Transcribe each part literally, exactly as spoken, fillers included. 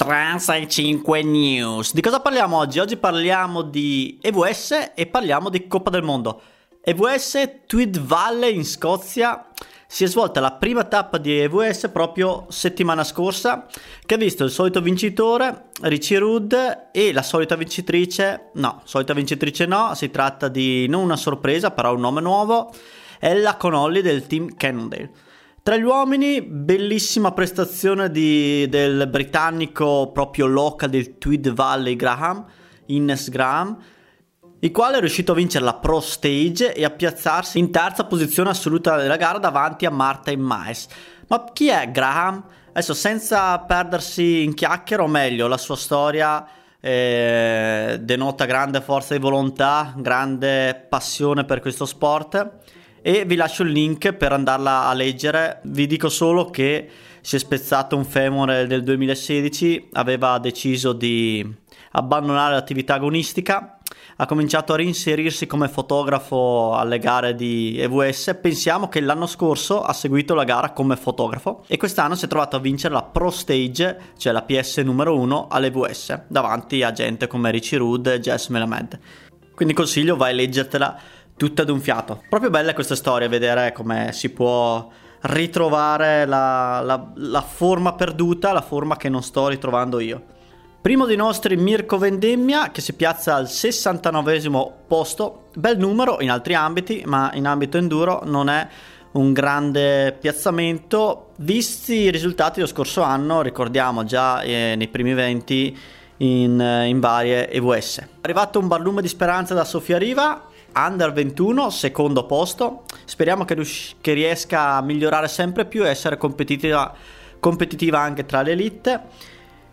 trecentosessantacinque News. Di cosa parliamo oggi? Oggi parliamo di E V S e parliamo di Coppa del Mondo. E V S, Tweed Valley in Scozia. Si è svolta la prima tappa di E V S proprio settimana scorsa, che ha visto il solito vincitore, Richie Rudd, e la solita vincitrice, no, solita vincitrice no, si tratta di non una sorpresa, però un nome nuovo, Ella Connolly del team Cannondale. Tra gli uomini, bellissima prestazione di, del britannico proprio local del Tweed Valley Graham, Innes Graham, il quale è riuscito a vincere la Pro Stage e a piazzarsi in terza posizione assoluta della gara davanti a Martin Miles. Ma chi è Graham? Adesso, senza perdersi in chiacchiere, o meglio, la sua storia eh, denota grande forza di volontà, grande passione per questo sport, e vi lascio il link per andarla a leggere. Vi dico solo che si è spezzato un femore nel duemilasedici, aveva deciso di abbandonare l'attività agonistica, ha cominciato a reinserirsi come fotografo alle gare di E V S. Pensiamo che l'anno scorso ha seguito la gara come fotografo e quest'anno si è trovato a vincere la Pro Stage, cioè la P S numero uno all'E V S, davanti a gente come Richie Rudd e Jess Melamed. Quindi consiglio, vai a leggertela tutta d'un fiato. Proprio bella questa storia, vedere come si può ritrovare la, la, la forma perduta, la forma che non sto ritrovando io. Primo dei nostri Mirko Vendemmia, che si piazza al sessantanovesimo posto, bel numero in altri ambiti, ma in ambito enduro non è un grande piazzamento visti i risultati dello scorso anno, ricordiamo già eh, nei primi venti in, in varie E V S. È arrivato un barlume di speranza da Sofia Riva, under ventuno, secondo posto. Speriamo che, rius- che riesca a migliorare sempre più e essere competitiva, competitiva anche tra le elite.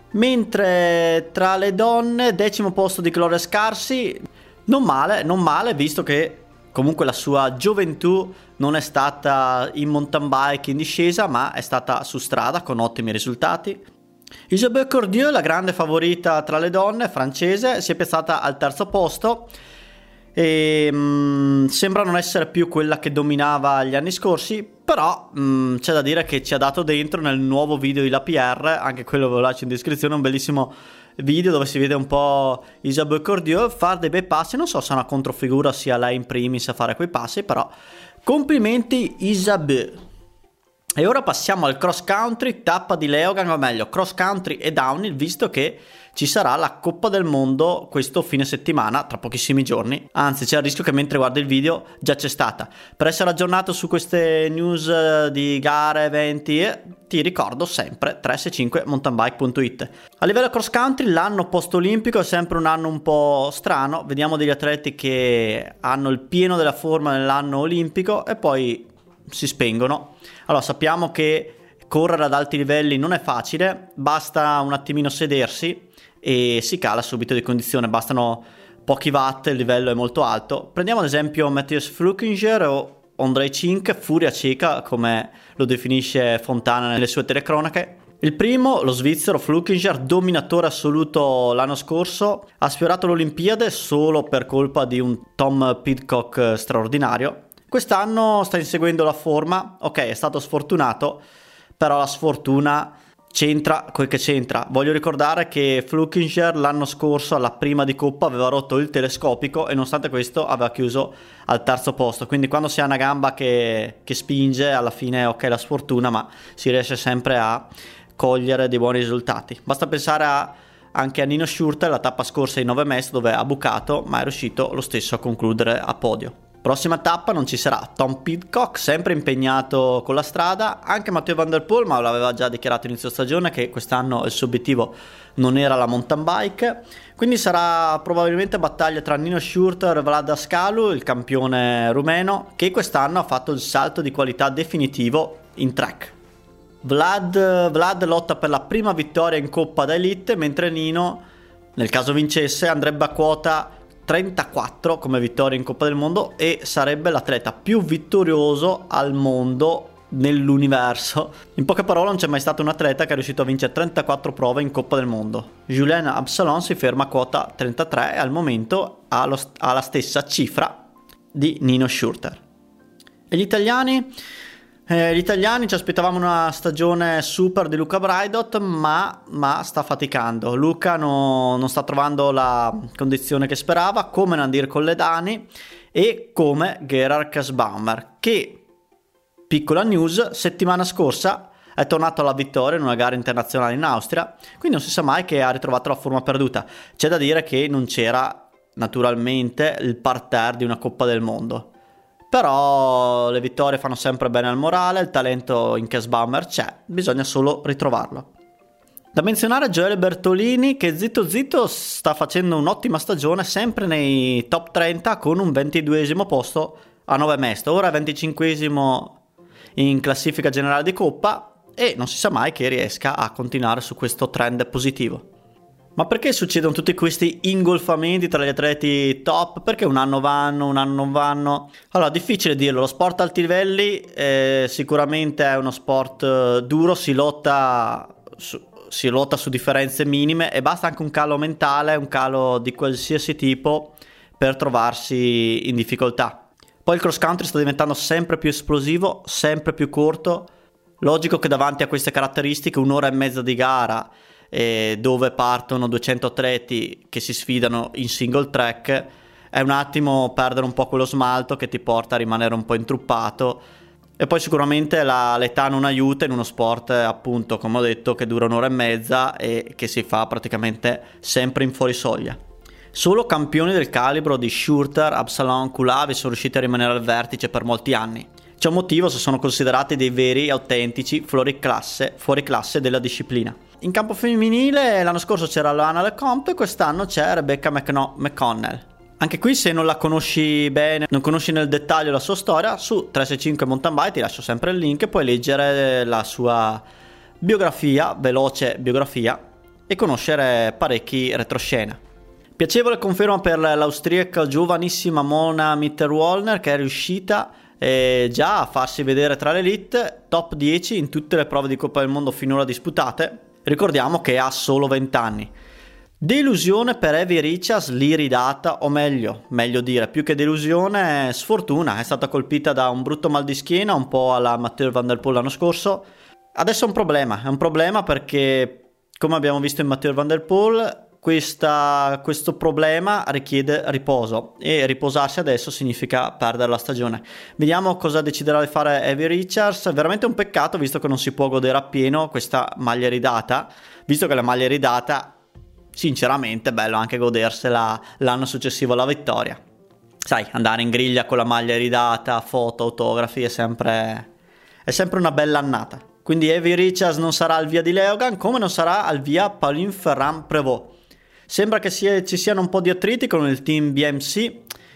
Mentre tra le donne, decimo posto di Gloria Scarsi, non male, non male, visto che comunque la sua gioventù non è stata in mountain bike in discesa, ma è stata su strada con ottimi risultati. Isabelle Cordieu, la grande favorita tra le donne, francese, si è piazzata al terzo posto e mh, sembra non essere più quella che dominava gli anni scorsi, però mh, c'è da dire che ci ha dato dentro nel nuovo video di La P R, anche quello ve lo lascio in descrizione, un bellissimo video dove si vede un po' Isabelle Cordieu fare dei bei passi. Non so se è una controfigura sia lei in primis a fare quei passi, però complimenti Isabelle. E ora passiamo al cross country, tappa di Leogang, o meglio cross country e downhill, visto che ci sarà la Coppa del Mondo questo fine settimana, tra pochissimi giorni. Anzi, c'è il rischio che mentre guardi il video già c'è stata. Per essere aggiornato su queste news di gare, eventi, ti ricordo sempre tre sei cinque mountain bike punto it. A livello cross country, l'anno post-olimpico è sempre un anno un po' strano. Vediamo degli atleti che hanno il pieno della forma nell'anno olimpico e poi si spengono. Allora, sappiamo che correre ad alti livelli non è facile, basta un attimino sedersi e si cala subito di condizione, bastano pochi watt, il livello è molto alto. Prendiamo ad esempio Matthias Flukinger o Ondrej Cink, furia cieca come lo definisce Fontana nelle sue telecronache. Il primo, lo svizzero Flukinger, dominatore assoluto l'anno scorso, ha sfiorato l'Olimpiade solo per colpa di un Tom Pidcock straordinario. Quest'anno sta inseguendo la forma, ok, è stato sfortunato, però la sfortuna c'entra quel che c'entra. Voglio ricordare che Flukinger l'anno scorso alla prima di Coppa aveva rotto il telescopico e nonostante questo aveva chiuso al terzo posto, quindi quando si ha una gamba che, che spinge, alla fine ok la sfortuna, ma si riesce sempre a cogliere dei buoni risultati. Basta pensare a, anche a Nino Schurter, la tappa scorsa in nove mesi dove ha bucato, ma è riuscito lo stesso a concludere a podio. Prossima tappa non ci sarà Tom Pidcock, sempre impegnato con la strada, anche Matteo Van Der Poel, ma l'aveva già dichiarato inizio stagione che quest'anno il suo obiettivo non era la mountain bike, quindi sarà probabilmente battaglia tra Nino Schurter e Vlad Ascalu, il campione rumeno, che quest'anno ha fatto il salto di qualità definitivo in track. Vlad, Vlad lotta per la prima vittoria in Coppa da Elite, mentre Nino, nel caso vincesse, andrebbe a quota trentaquattro come vittoria in Coppa del Mondo e sarebbe l'atleta più vittorioso al mondo nell'universo. In poche parole, non c'è mai stato un atleta che è riuscito a vincere trentaquattro prove in Coppa del Mondo. Julien Absalon si ferma a quota trentatré e al momento ha, lo, ha la stessa cifra di Nino Schurter. E gli italiani? Eh, gli italiani ci aspettavamo una stagione super di Luca Braidot, ma, ma sta faticando. Luca no, non sta trovando la condizione che sperava, come Nadir Colledani e come Gerhard Karsbaumer, che, piccola news, settimana scorsa è tornato alla vittoria in una gara internazionale in Austria, quindi non si sa mai che ha ritrovato la forma perduta. C'è da dire che non c'era naturalmente il parterre di una Coppa del Mondo, però le vittorie fanno sempre bene al morale, il talento in Karsbaumer c'è, bisogna solo ritrovarlo. Da menzionare Gioele Bertolini, che zitto zitto sta facendo un'ottima stagione, sempre nei top trenta con un ventiduesimo posto a nove Mesto, ora è venticinquesimo in classifica generale di Coppa e non si sa mai che riesca a continuare su questo trend positivo. Ma perché succedono tutti questi ingolfamenti tra gli atleti top? Perché un anno vanno, un anno non vanno? Allora, difficile dirlo, lo sport a alti livelli eh, sicuramente è uno sport eh, duro, si lotta su, si lotta su differenze minime e basta anche un calo mentale, un calo di qualsiasi tipo per trovarsi in difficoltà. Poi il cross country sta diventando sempre più esplosivo, sempre più corto. Logico che davanti a queste caratteristiche un'ora e mezza di gara eh, dove partono duecento atleti che si sfidano in single track è un attimo perdere un po' quello smalto che ti porta a rimanere un po' intruppato. E poi sicuramente la, l'età non aiuta in uno sport, appunto, come ho detto, che dura un'ora e mezza e che si fa praticamente sempre in fuorisoglia. Solo campioni del calibro di Schurter, Absalon, Kulavi sono riusciti a rimanere al vertice per molti anni. C'è un motivo se sono considerati dei veri e autentici fuori classe, fuori classe della disciplina. In campo femminile l'anno scorso c'era Lana Lecomte e quest'anno c'è Rebecca McNo- McConnell. Anche qui, se non la conosci bene, non conosci nel dettaglio la sua storia, su trecentosessantacinque Mountain Bike ti lascio sempre il link e puoi leggere la sua biografia, veloce biografia, e conoscere parecchi retroscena. Piacevole conferma per l'austriaca giovanissima Mona Mitterwallner, che è riuscita eh, già a farsi vedere tra l'elite, top dieci in tutte le prove di Coppa del Mondo finora disputate. Ricordiamo che ha solo venti anni. Delusione per Evie Richards, l'iridata, o meglio, meglio dire, più che delusione, sfortuna. È stata colpita da un brutto mal di schiena, un po' alla Mathieu van der Poel l'anno scorso. Adesso è un problema, è un problema perché, come abbiamo visto in Mathieu van der Poel, questa, questo problema richiede riposo e riposarsi adesso significa perdere la stagione. Vediamo cosa deciderà di fare Evie Richards. Veramente un peccato, visto che non si può godere appieno questa maglia ridata, visto che la maglia ridata, sinceramente, è bello anche godersela l'anno successivo alla vittoria. Sai, andare in griglia con la maglia ridata, foto, autografi è sempre, è sempre una bella annata. Quindi Evie Richards non sarà al via di Leogan, come non sarà al via Pauline Ferrand-Prévot. Sembra che sia, ci siano un po' di attriti con il team B M C.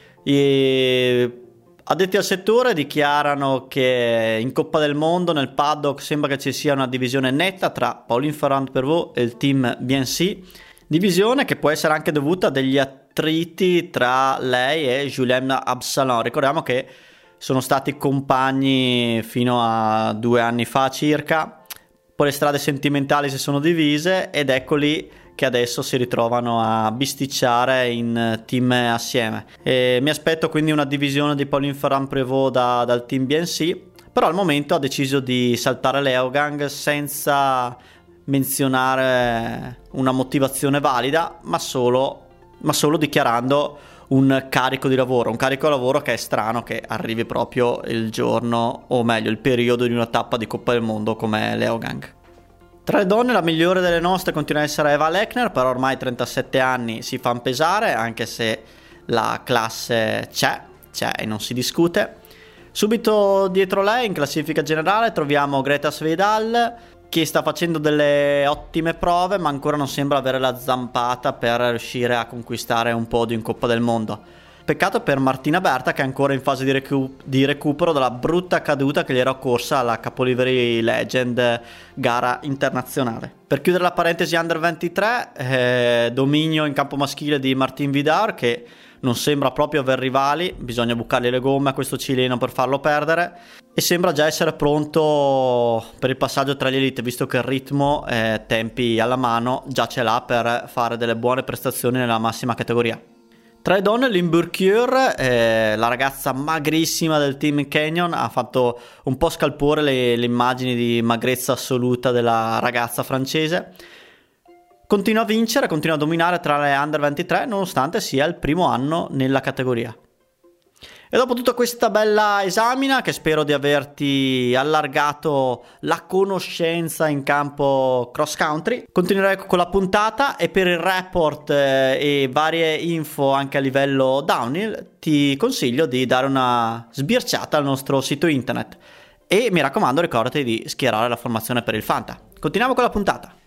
E addetti al settore dichiarano che in Coppa del Mondo nel paddock sembra che ci sia una divisione netta tra Pauline Ferrand-Prévot e il team B M C, divisione che può essere anche dovuta a degli attriti tra lei e Julien Absalon. Ricordiamo che sono stati compagni fino a due anni fa circa, poi le strade sentimentali si sono divise ed eccoli che adesso si ritrovano a bisticciare in team assieme. E mi aspetto quindi una divisione di Pauline Ferrand-Prévot da, dal team B M C, però al momento ha deciso di saltare Leogang senza menzionare una motivazione valida, ma solo, ma solo dichiarando un carico di lavoro, un carico di lavoro che è strano che arrivi proprio il giorno, o meglio il periodo di una tappa di Coppa del Mondo come Leogang. Tra le donne la migliore delle nostre continua a essere Eva Lechner, però ormai trentasette anni si fanno pesare, anche se la classe c'è, c'è e non si discute. Subito dietro lei in classifica generale troviamo Greta Svedal, che sta facendo delle ottime prove ma ancora non sembra avere la zampata per riuscire a conquistare un podio in Coppa del Mondo. Peccato per Martina Berta, che è ancora in fase di, recu- di recupero dalla brutta caduta che gli era occorsa alla Capoliveri Legend gara internazionale. Per chiudere la parentesi under ventitré, eh, dominio in campo maschile di Martin Vidal, che non sembra proprio aver rivali, bisogna bucargli le gomme a questo cileno per farlo perdere, e sembra già essere pronto per il passaggio tra gli elite, visto che il ritmo, eh, tempi alla mano, già ce l'ha per fare delle buone prestazioni nella massima categoria. Tra le donne, Lynn Burkure, eh, la ragazza magrissima del team Canyon, ha fatto un po' scalpore le, le immagini di magrezza assoluta della ragazza francese. Continua a vincere, continua a dominare tra le under ventitré, nonostante sia il primo anno nella categoria. E dopo tutta questa bella esamina, che spero di averti allargato la conoscenza in campo cross country, continuerei con la puntata, e per il report eh, e varie info anche a livello downhill ti consiglio di dare una sbirciata al nostro sito internet. E mi raccomando, ricordati di schierare la formazione per il Fanta. Continuiamo con la puntata.